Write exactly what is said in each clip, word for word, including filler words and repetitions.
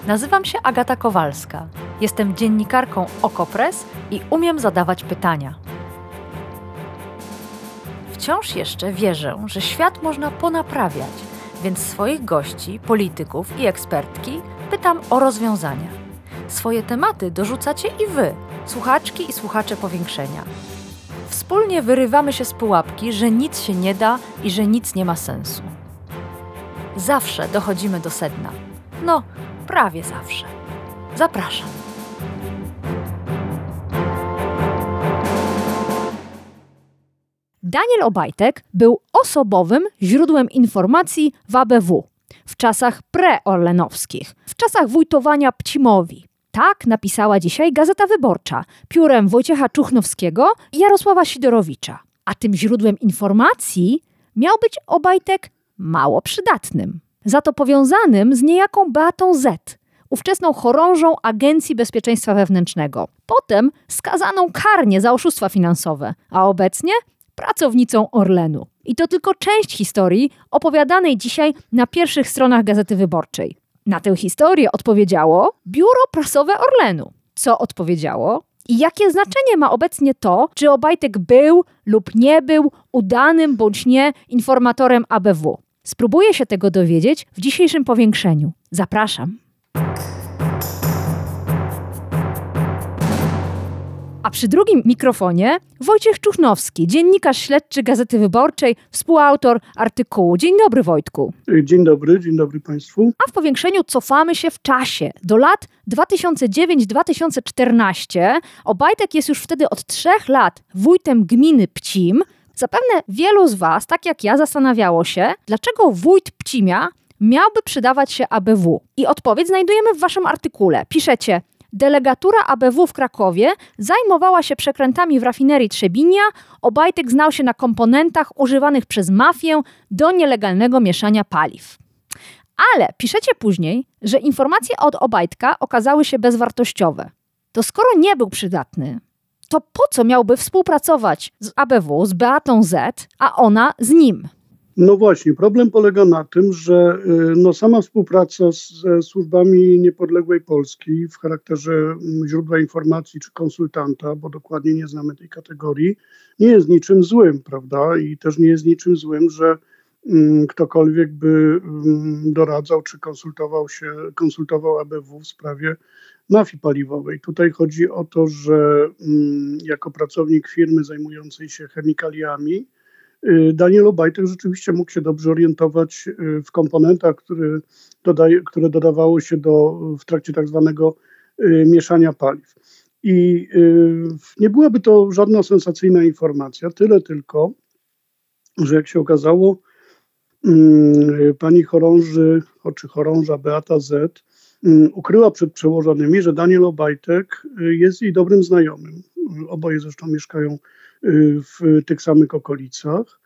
Nazywam się Agata Kowalska. Jestem dziennikarką Okopres i umiem zadawać pytania. Wciąż jeszcze wierzę, że świat można ponaprawiać, więc swoich gości, polityków i ekspertki pytam o rozwiązania. Swoje tematy dorzucacie i wy, słuchaczki i słuchacze Powiększenia. Wspólnie wyrywamy się z pułapki, że nic się nie da i że nic nie ma sensu. Zawsze dochodzimy do sedna. No, prawie zawsze. Zapraszam. Daniel Obajtek był osobowym źródłem informacji w A B W w czasach preorlenowskich, w czasach wójtowania Pcimowi. Tak napisała dzisiaj Gazeta Wyborcza piórem Wojciecha Czuchnowskiego i Jarosława Sidorowicza. A tym źródłem informacji miał być Obajtek mało przydatnym. Za to powiązanym z niejaką Beatą Z., ówczesną chorążą Agencji Bezpieczeństwa Wewnętrznego. Potem skazaną karnie za oszustwa finansowe, a obecnie pracownicą Orlenu. I to tylko część historii opowiadanej dzisiaj na pierwszych stronach Gazety Wyborczej. Na tę historię odpowiedziało Biuro Prasowe Orlenu. Co odpowiedziało? I jakie znaczenie ma obecnie to, czy Obajtek był lub nie był udanym bądź nie informatorem A B W? Spróbuję się tego dowiedzieć w dzisiejszym Powiększeniu. Zapraszam. A przy drugim mikrofonie Wojciech Czuchnowski, dziennikarz śledczy Gazety Wyborczej, współautor artykułu. Dzień dobry, Wojtku. Dzień dobry, dzień dobry Państwu. A w Powiększeniu cofamy się w czasie do lat dwa tysiące dziewiąty do dwa tysiące czternastego. Obajtek jest już wtedy od trzech lat wójtem gminy Pcim. Zapewne wielu z Was, tak jak ja, zastanawiało się, dlaczego wójt Pcimia miałby przydawać się A B W. I odpowiedź znajdujemy w Waszym artykule. Piszecie: delegatura A B W w Krakowie zajmowała się przekrętami w rafinerii Trzebinia. Obajtek znał się na komponentach używanych przez mafię do nielegalnego mieszania paliw. Ale piszecie później, że informacje od Obajtka okazały się bezwartościowe. To skoro nie był przydatny, to po co miałby współpracować z A B W, z Beatą Z., a ona z nim? No właśnie, problem polega na tym, że no, sama współpraca z, ze służbami niepodległej Polski w charakterze źródła informacji czy konsultanta, bo dokładnie nie znamy tej kategorii, nie jest niczym złym, prawda? I też nie jest niczym złym, że um, ktokolwiek by um, doradzał czy konsultował się, konsultował A B W w sprawie mafii paliwowej. Tutaj chodzi o to, że um, jako pracownik firmy zajmującej się chemikaliami, Daniel Obajtek rzeczywiście mógł się dobrze orientować w komponentach, które, dodaje, które dodawało się do, w trakcie tak zwanego mieszania paliw. I nie byłaby to żadna sensacyjna informacja, tyle tylko, że jak się okazało, pani chorąży, czy chorąża Beata Z. ukryła przed przełożonymi, że Daniel Obajtek jest jej dobrym znajomym. Oboje zresztą mieszkają w tych samych okolicach.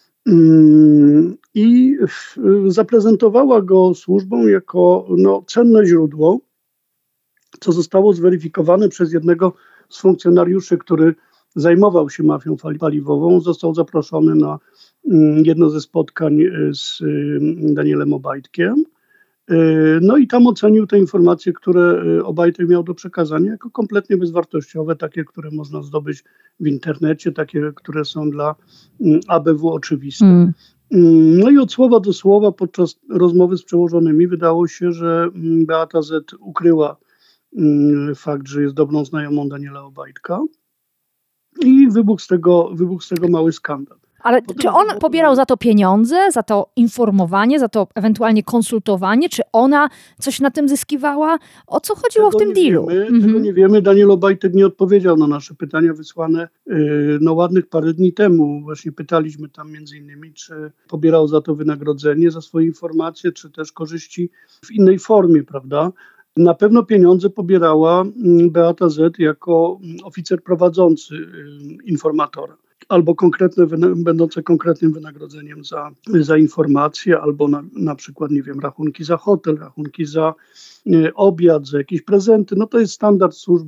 I zaprezentowała go służbom jako no, cenne źródło, co zostało zweryfikowane przez jednego z funkcjonariuszy, który zajmował się mafią paliwową. Został zaproszony na jedno ze spotkań z Danielem Obajtkiem. No i tam ocenił te informacje, które Obajtek miał do przekazania, jako kompletnie bezwartościowe, takie, które można zdobyć w internecie, takie, które są dla A B W oczywiste. Mm. No i od słowa do słowa podczas rozmowy z przełożonymi wydało się, że Beata Z. ukryła fakt, że jest dobrą znajomą Daniela Obajtka i wybuchł z tego, wybuchł z tego mały skandal. Ale czy on pobierał za to pieniądze, za to informowanie, za to ewentualnie konsultowanie? Czy ona coś na tym zyskiwała? O co chodziło tego w tym dealu? Wiemy, mhm. Tego nie wiemy. Daniel Obajtek nie odpowiedział na nasze pytania wysłane yy, no ładnych parę dni temu. Właśnie pytaliśmy tam między innymi, czy pobierał za to wynagrodzenie, za swoje informacje, czy też korzyści w innej formie, prawda? Na pewno pieniądze pobierała Beata Z. jako oficer prowadzący yy, informatora. Albo konkretne, będące konkretnym wynagrodzeniem za, za informacje, albo na, na przykład, nie wiem, rachunki za hotel, rachunki za y, obiad, za jakieś prezenty. No to jest standard w służbach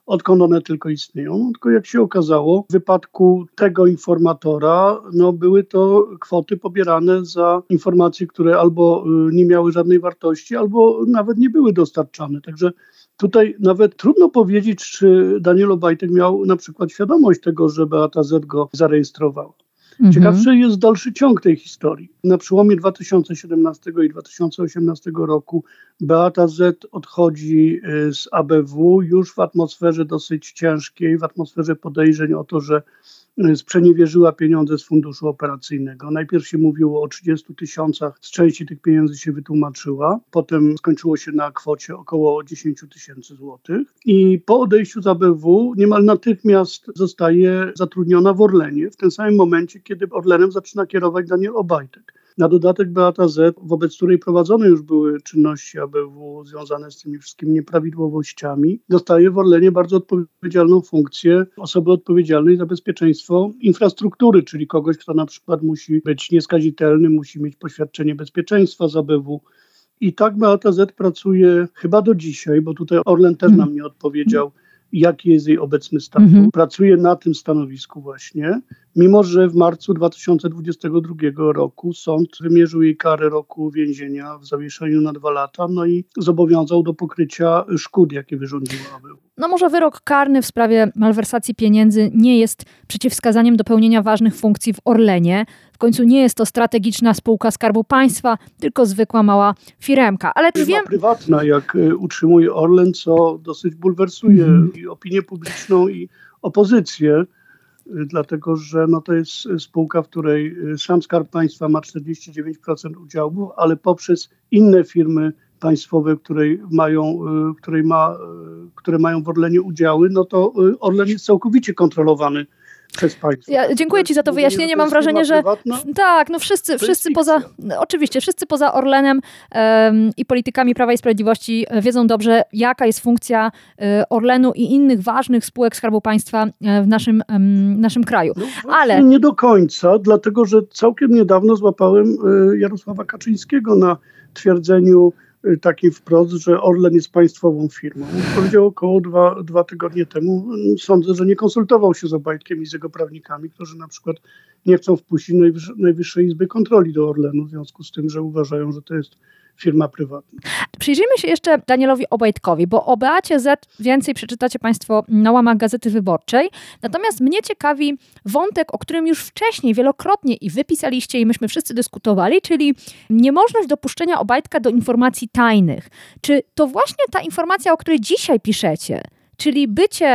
odkąd one tylko istnieją. No, tylko jak się okazało, w wypadku tego informatora no, były to kwoty pobierane za informacje, które albo nie miały żadnej wartości, albo nawet nie były dostarczane. Także tutaj nawet trudno powiedzieć, czy Daniel Obajtek miał na przykład świadomość tego, że Beata Z go zarejestrowała. Mhm. Ciekawszy jest dalszy ciąg tej historii. Na przełomie dwa tysiące siedemnastego i dwa tysiące osiemnastego roku Beata Z odchodzi z A B W już w atmosferze dosyć ciężkiej, w atmosferze podejrzeń o to, że sprzeniewierzyła pieniądze z funduszu operacyjnego. Najpierw się mówiło o trzydziestu tysiącach, z części tych pieniędzy się wytłumaczyła, potem skończyło się na kwocie około dziesięć tysięcy złotych i po odejściu z A B W niemal natychmiast zostaje zatrudniona w Orlenie, w tym samym momencie, kiedy Orlenem zaczyna kierować Daniel Obajtek. Na dodatek Beata Z, wobec której prowadzone już były czynności A B W związane z tymi wszystkimi nieprawidłowościami, dostaje w Orlenie bardzo odpowiedzialną funkcję osoby odpowiedzialnej za bezpieczeństwo infrastruktury, czyli kogoś, kto na przykład musi być nieskazitelny, musi mieć poświadczenie bezpieczeństwa z A B W. I tak Beata Z pracuje chyba do dzisiaj, bo tutaj Orlen też nam nie odpowiedział, jaki jest jej obecny statut. Mhm. Pracuje na tym stanowisku właśnie, mimo że w marcu dwa tysiące dwudziestego drugiego roku sąd wymierzył jej karę roku więzienia w zawieszeniu na dwa lata, no i zobowiązał do pokrycia szkód, jakie wyrządziła A B W. No może wyrok karny w sprawie malwersacji pieniędzy nie jest przeciwwskazaniem do pełnienia ważnych funkcji w Orlenie. W końcu nie jest to strategiczna spółka Skarbu Państwa, tylko zwykła mała firemka. Ale już Firma wiem... prywatna, jak y, utrzymuje Orlen, co dosyć bulwersuje Mhm. i opinię publiczną, i opozycję, y, dlatego że no, to jest spółka, w której y, sam Skarb Państwa ma czterdzieści dziewięć procent udziałów, ale poprzez inne firmy państwowe, której mają, y, której ma, y, które mają w Orlenie udziały, no to y, Orlen jest całkowicie kontrolowany przez państwo. Ja dziękuję Ci za to wyjaśnienie. Mam wrażenie, że tak, no wszyscy, wszyscy poza, no oczywiście, wszyscy poza Orlenem um, i politykami Prawa i Sprawiedliwości wiedzą dobrze, jaka jest funkcja um, Orlenu i innych ważnych spółek Skarbu Państwa w naszym, um, naszym kraju. No Ale nie do końca, dlatego że całkiem niedawno złapałem y, Jarosława Kaczyńskiego na twierdzeniu y, takim wprost, że Orlen jest państwową firmą. Powiedział około dwa, dwa tygodnie temu. Sądzę, że nie konsultował się z Obajtkiem i z jego prawnikami, którzy na przykład nie chcą wpuścić Najwyż- Najwyższej Izby Kontroli do Orlenu w związku z tym, że uważają, że to jest firma prywatna. przyjrzyjmy się jeszcze Danielowi Obajtkowi, bo o Beacie Z więcej przeczytacie Państwo na łamach Gazety Wyborczej. Natomiast mnie ciekawi wątek, o którym już wcześniej wielokrotnie i wy pisaliście i myśmy wszyscy dyskutowali, czyli niemożność dopuszczenia Obajtka do informacji tajnych. Czy to właśnie ta informacja, o której dzisiaj piszecie, czyli bycie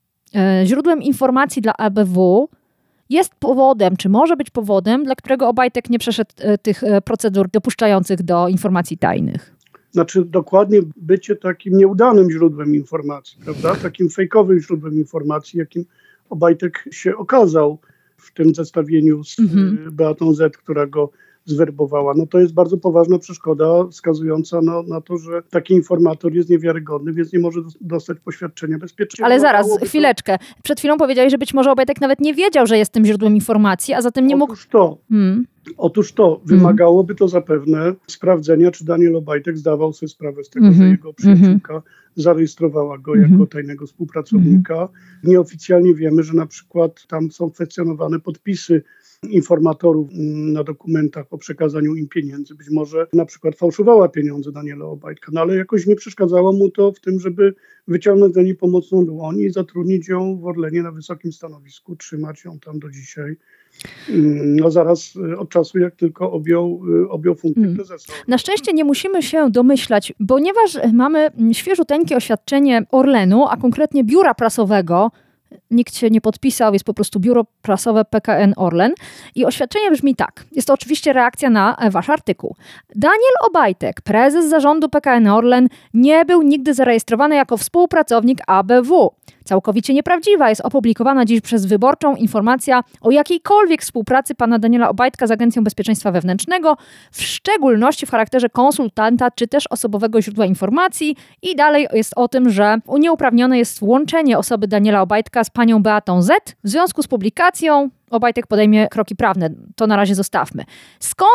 e, źródłem informacji dla A B W, jest powodem, czy może być powodem, dla którego Obajtek nie przeszedł e, tych e, procedur dopuszczających do informacji tajnych? Znaczy dokładnie bycie takim nieudanym źródłem informacji, prawda? Takim fejkowym źródłem informacji, jakim Obajtek się okazał w tym zestawieniu z Mhm. Beatą Z, która go zwerbowała. No to jest bardzo poważna przeszkoda wskazująca na, na to, że taki informator jest niewiarygodny, więc nie może dostać poświadczenia bezpieczeństwa. Ale zaraz, Wymagałoby to- chwileczkę. Przed chwilą powiedziałeś, że być może Obajtek nawet nie wiedział, że jest tym źródłem informacji, a zatem nie mógł... Otóż to, Hmm. Otóż to wymagałoby to zapewne sprawdzenia, czy Daniel Obajtek zdawał sobie sprawę z tego, Mhm. że jego przyjaciółka zarejestrowała go Mhm. jako tajnego współpracownika. Nieoficjalnie wiemy, że na przykład tam są kwestionowane podpisy informatorów mm, na dokumentach o przekazaniu im pieniędzy. Być może na przykład fałszowała pieniądze Daniela Obajtka, no ale jakoś nie przeszkadzało mu to w tym, żeby wyciągnąć za niej pomocną dłoń i zatrudnić ją w Orlenie na wysokim stanowisku, trzymać ją tam do dzisiaj. Mm, No zaraz y, od czasu, jak tylko objął, y, objął funkcję Mm. prezesa. Na szczęście nie musimy się domyślać, ponieważ mamy mm, świeżuteńkie oświadczenie Orlenu, a konkretnie biura prasowego. Nikt się nie podpisał, jest po prostu biuro prasowe P K N Orlen. I oświadczenie brzmi tak. Jest to oczywiście reakcja na e, wasz artykuł. Daniel Obajtek, prezes zarządu P K N Orlen, nie był nigdy zarejestrowany jako współpracownik A B W. Całkowicie nieprawdziwa jest opublikowana dziś przez Wyborczą informacja o jakiejkolwiek współpracy pana Daniela Obajtka z Agencją Bezpieczeństwa Wewnętrznego, w szczególności w charakterze konsultanta czy też osobowego źródła informacji. I dalej jest o tym, że nieuprawnione jest łączenie osoby Daniela Obajtka z panią Beatą Z. W związku z publikacją Obajtek podejmie kroki prawne. To na razie zostawmy. Skąd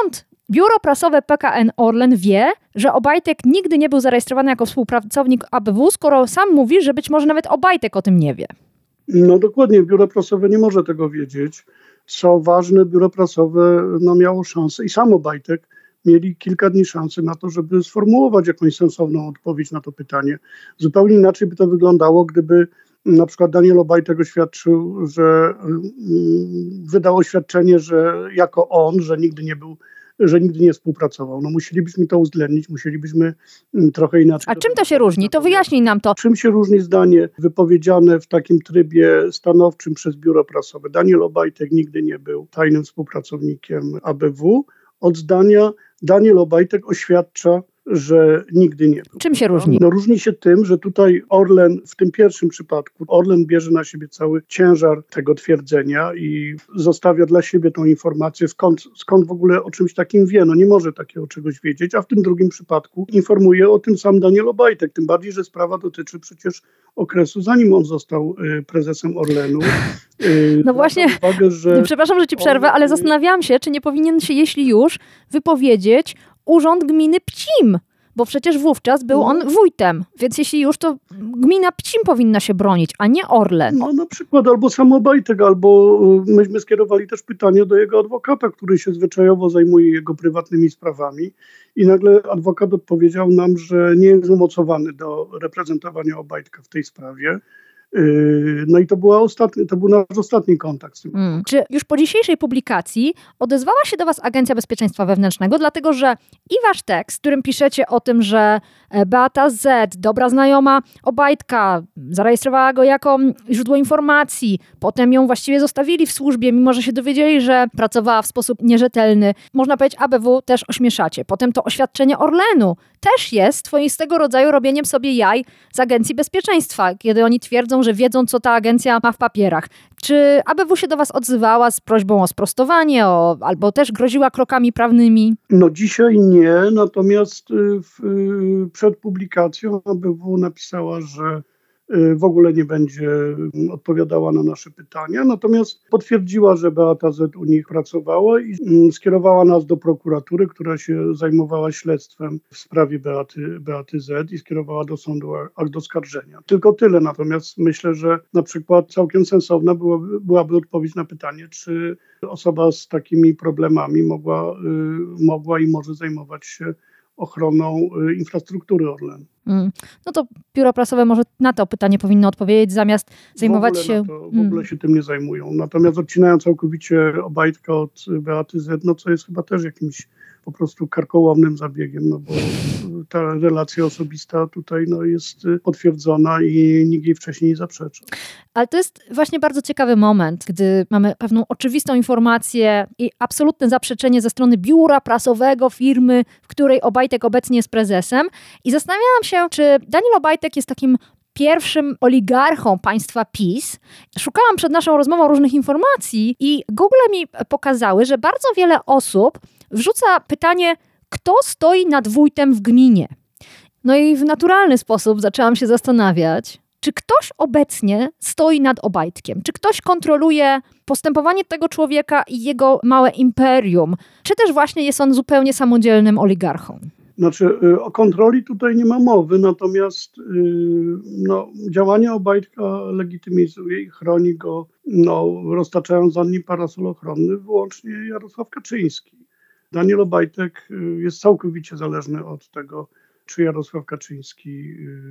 Biuro prasowe P K N Orlen wie, że Obajtek nigdy nie był zarejestrowany jako współpracownik A B W, skoro sam mówi, że być może nawet Obajtek o tym nie wie. No dokładnie, biuro prasowe nie może tego wiedzieć. Co ważne, biuro prasowe no, miało szansę i sam Obajtek mieli kilka dni szansy na to, żeby sformułować jakąś sensowną odpowiedź na to pytanie. Zupełnie inaczej by to wyglądało, gdyby na przykład Daniel Obajtek oświadczył, że mm, wydał oświadczenie, że jako on, że nigdy nie był, że nigdy nie współpracował. No musielibyśmy to uwzględnić, musielibyśmy mm, trochę inaczej. A czym to się różni? To wyjaśnij nam to. Czym się różni zdanie wypowiedziane w takim trybie stanowczym przez biuro prasowe? Daniel Obajtek nigdy nie był tajnym współpracownikiem A B W, od zdania Daniel Obajtek oświadcza, że nigdy nie był. Czym się różni? No, różni się tym, że tutaj Orlen w tym pierwszym przypadku, Orlen bierze na siebie cały ciężar tego twierdzenia i zostawia dla siebie tą informację, skąd, skąd w ogóle o czymś takim wie. No nie może takiego czegoś wiedzieć, a w tym drugim przypadku informuje o tym sam Daniel Obajtek, tym bardziej, że sprawa dotyczy przecież okresu, zanim on został y, prezesem Orlenu. Y, no właśnie, uwagę, że przepraszam, że ci przerwę, on, ale zastanawiałam się, czy nie powinien się, jeśli już, wypowiedzieć Urząd Gminy Pcim, bo przecież wówczas był on wójtem, więc jeśli już, to gmina Pcim powinna się bronić, a nie Orlen. No na przykład albo sam Obajtek, albo myśmy skierowali też pytanie do jego adwokata, który się zwyczajowo zajmuje jego prywatnymi sprawami i nagle adwokat odpowiedział nam, że nie jest umocowany do reprezentowania Obajtka w tej sprawie. No i to, była ostatni, to był nasz ostatni kontakt z tym. Hmm. Czy już po dzisiejszej publikacji odezwała się do was Agencja Bezpieczeństwa Wewnętrznego, dlatego że i wasz tekst, w którym piszecie o tym, że Beata Z, dobra znajoma Obajtka, zarejestrowała go jako źródło informacji, potem ją właściwie zostawili w służbie, mimo że się dowiedzieli, że pracowała w sposób nierzetelny. Można powiedzieć, A B W też ośmieszacie. Potem to oświadczenie Orlenu też jest swoistego rodzaju robieniem sobie jaj z Agencji Bezpieczeństwa, kiedy oni twierdzą, że wiedzą, co ta agencja ma w papierach. Czy A B W się do was odzywała z prośbą o sprostowanie, o, albo też groziła krokami prawnymi? No dzisiaj nie, natomiast w, przed publikacją A B W napisała, że w ogóle nie będzie odpowiadała na nasze pytania, natomiast potwierdziła, że Beata Z u nich pracowała i skierowała nas do prokuratury, która się zajmowała śledztwem w sprawie Beaty, Beaty Z i skierowała do sądu akt oskarżenia. Tylko tyle, natomiast myślę, że na przykład całkiem sensowna byłaby, byłaby odpowiedź na pytanie, czy osoba z takimi problemami mogła, mogła i może zajmować się ochroną infrastruktury Orlenu. Mm. No to biuro prasowe może na to pytanie powinno odpowiedzieć, zamiast zajmować się... To, w ogóle się tym nie zajmują. Natomiast odcinają całkowicie Obajtka od Beaty Z, no co jest chyba też jakimś po prostu karkołomnym zabiegiem, no bo ta relacja osobista tutaj no, jest potwierdzona i nikt jej wcześniej nie zaprzecza. Ale to jest właśnie bardzo ciekawy moment, gdy mamy pewną oczywistą informację i absolutne zaprzeczenie ze strony biura prasowego firmy, w której Obajtek obecnie jest prezesem. I zastanawiałam się, czy Daniel Obajtek jest takim pierwszym oligarchą państwa PiS. Szukałam przed naszą rozmową różnych informacji i Google mi pokazały, że bardzo wiele osób wrzuca pytanie, kto stoi nad wójtem w gminie. No i w naturalny sposób zaczęłam się zastanawiać, czy ktoś obecnie stoi nad Obajtkiem, czy ktoś kontroluje postępowanie tego człowieka i jego małe imperium, czy też właśnie jest on zupełnie samodzielnym oligarchą. Znaczy o kontroli tutaj nie ma mowy, natomiast no, działania Obajtka legitymizuje i chroni go, no, roztaczając za nim parasol ochronny, wyłącznie Jarosław Kaczyński. Daniel Obajtek jest całkowicie zależny od tego, czy Jarosław Kaczyński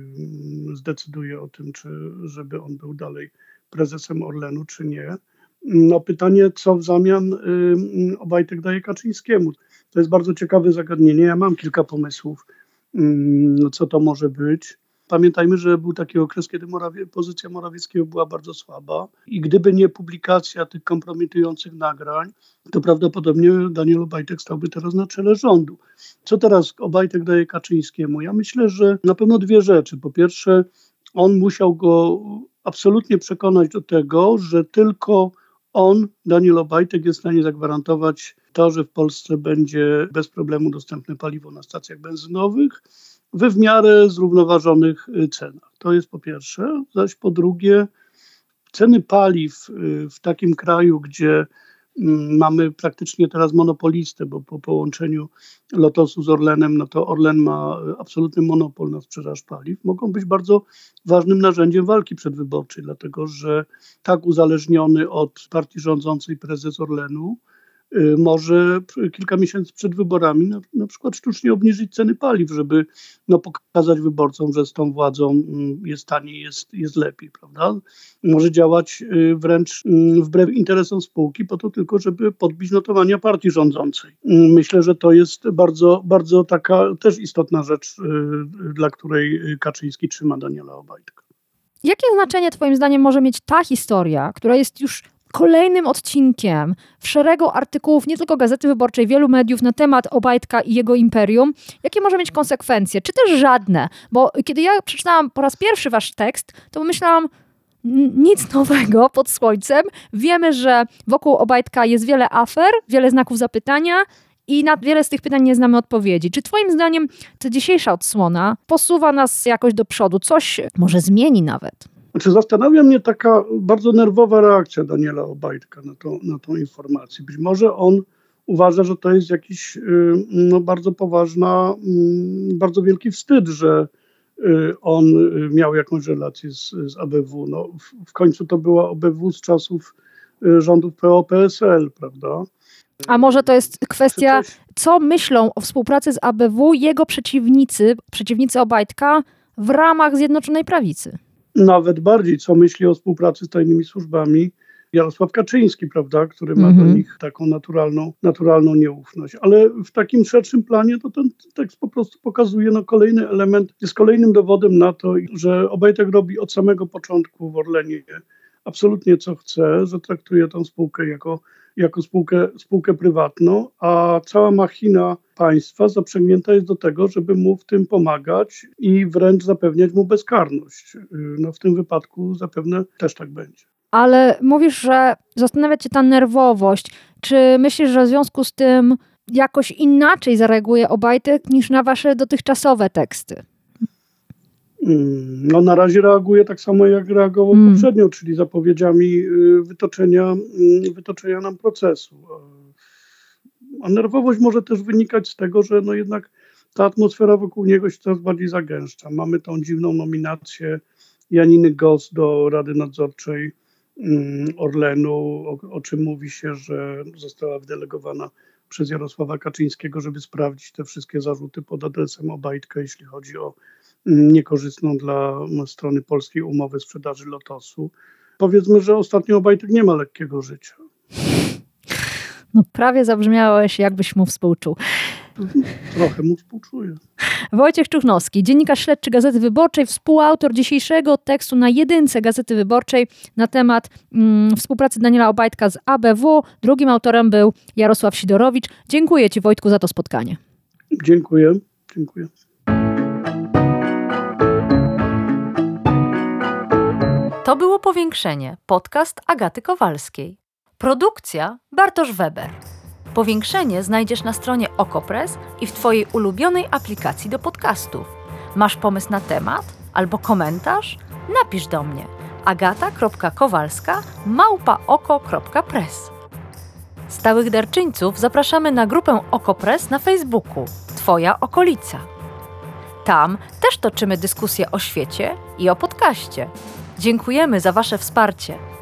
zdecyduje o tym, czy żeby on był dalej prezesem Orlenu, czy nie. No pytanie, co w zamian Obajtek daje Kaczyńskiemu. To jest bardzo ciekawe zagadnienie. Ja mam kilka pomysłów, co to może być. Pamiętajmy, że był taki okres, kiedy Morawie, pozycja Morawieckiego była bardzo słaba i gdyby nie publikacja tych kompromitujących nagrań, to prawdopodobnie Daniel Obajtek stałby teraz na czele rządu. Co teraz Obajtek daje Kaczyńskiemu? Ja myślę, że na pewno dwie rzeczy. Po pierwsze, on musiał go absolutnie przekonać do tego, że tylko on, Daniel Obajtek, jest w stanie zagwarantować to, że w Polsce będzie bez problemu dostępne paliwo na stacjach benzynowych we w miarę zrównoważonych cenach. To jest po pierwsze. Zaś po drugie, ceny paliw w takim kraju, gdzie Mamy praktycznie teraz monopolistę, bo po połączeniu Lotosu z Orlenem, no to Orlen ma absolutny monopol na sprzedaż paliw, mogą być bardzo ważnym narzędziem walki przedwyborczej, dlatego że tak uzależniony od partii rządzącej prezes Orlenu może kilka miesięcy przed wyborami na, na przykład sztucznie obniżyć ceny paliw, żeby no, pokazać wyborcom, że z tą władzą jest taniej, jest, jest lepiej, prawda? Może działać wręcz wbrew interesom spółki po to tylko, żeby podbić notowania partii rządzącej. Myślę, że to jest bardzo, bardzo taka też istotna rzecz, dla której Kaczyński trzyma Daniela Obajtka. Jakie znaczenie twoim zdaniem może mieć ta historia, która jest już kolejnym odcinkiem w szeregu artykułów nie tylko Gazety Wyborczej, wielu mediów na temat Obajtka i jego imperium? Jakie może mieć konsekwencje? Czy też żadne? Bo kiedy ja przeczytałam po raz pierwszy wasz tekst, to pomyślałam, nic nowego pod słońcem. Wiemy, że wokół Obajtka jest wiele afer, wiele znaków zapytania i na wiele z tych pytań nie znamy odpowiedzi. Czy twoim zdaniem ta dzisiejsza odsłona posuwa nas jakoś do przodu? Coś może zmieni nawet? Znaczy, zastanawia mnie taka bardzo nerwowa reakcja Daniela Obajtka na, to, na tą informację. Być może on uważa, że to jest jakiś no, bardzo poważna, bardzo wielki wstyd, że on miał jakąś relację z, z A B W. No, w, w końcu to była A B W z czasów rządów P O P S L, prawda? A może to jest kwestia, coś... co myślą o współpracy z A B W jego przeciwnicy, przeciwnicy Obajtka w ramach Zjednoczonej Prawicy? Nawet bardziej, co myśli o współpracy z tajnymi służbami Jarosław Kaczyński, prawda, który ma Mhm. do nich taką naturalną, naturalną nieufność. Ale w takim szerszym planie to ten tekst po prostu pokazuje no, kolejny element, jest kolejnym dowodem na to, że Obajtek robi od samego początku w Orlenie absolutnie co chce, że traktuje tę spółkę jako, jako spółkę, spółkę prywatną, a cała machina państwa zaprzęgnięta jest do tego, żeby mu w tym pomagać i wręcz zapewniać mu bezkarność. No w tym wypadku zapewne też tak będzie. Ale mówisz, że zastanawia cię ta nerwowość. Czy myślisz, że w związku z tym jakoś inaczej zareaguje Obajtek niż na wasze dotychczasowe teksty? No na razie reaguje tak samo, jak reagował Mm. poprzednio, czyli zapowiedziami wytoczenia, wytoczenia nam procesu. A nerwowość może też wynikać z tego, że no jednak ta atmosfera wokół niego się coraz bardziej zagęszcza. Mamy tą dziwną nominację Janiny Gos do Rady Nadzorczej Orlenu, o, o czym mówi się, że została wydelegowana przez Jarosława Kaczyńskiego, żeby sprawdzić te wszystkie zarzuty pod adresem Obajtka, jeśli chodzi o niekorzystną dla strony polskiej umowę sprzedaży Lotosu. Powiedzmy, że ostatnio Obajtek nie ma lekkiego życia. No prawie zabrzmiałeś, jakbyś mu współczuł. Trochę mu współczuję. Wojciech Czuchnowski, dziennikarz śledczy Gazety Wyborczej, współautor dzisiejszego tekstu na jedynce Gazety Wyborczej na temat mm, współpracy Daniela Obajtka z A B W. Drugim autorem był Jarosław Sidorowicz. Dziękuję ci, Wojtku, za to spotkanie. Dziękuję. Dziękuję. To było Powiększenie, podcast Agaty Kowalskiej. Produkcja Bartosz Weber. Powiększenie znajdziesz na stronie Okopres i w twojej ulubionej aplikacji do podcastów. Masz pomysł na temat albo komentarz? Napisz do mnie agata kropka kowalska małpa oko kropka press. Stałych darczyńców zapraszamy na grupę Okopres na Facebooku Twoja okolica. Tam też toczymy dyskusje o świecie i o podcaście. Dziękujemy za wasze wsparcie.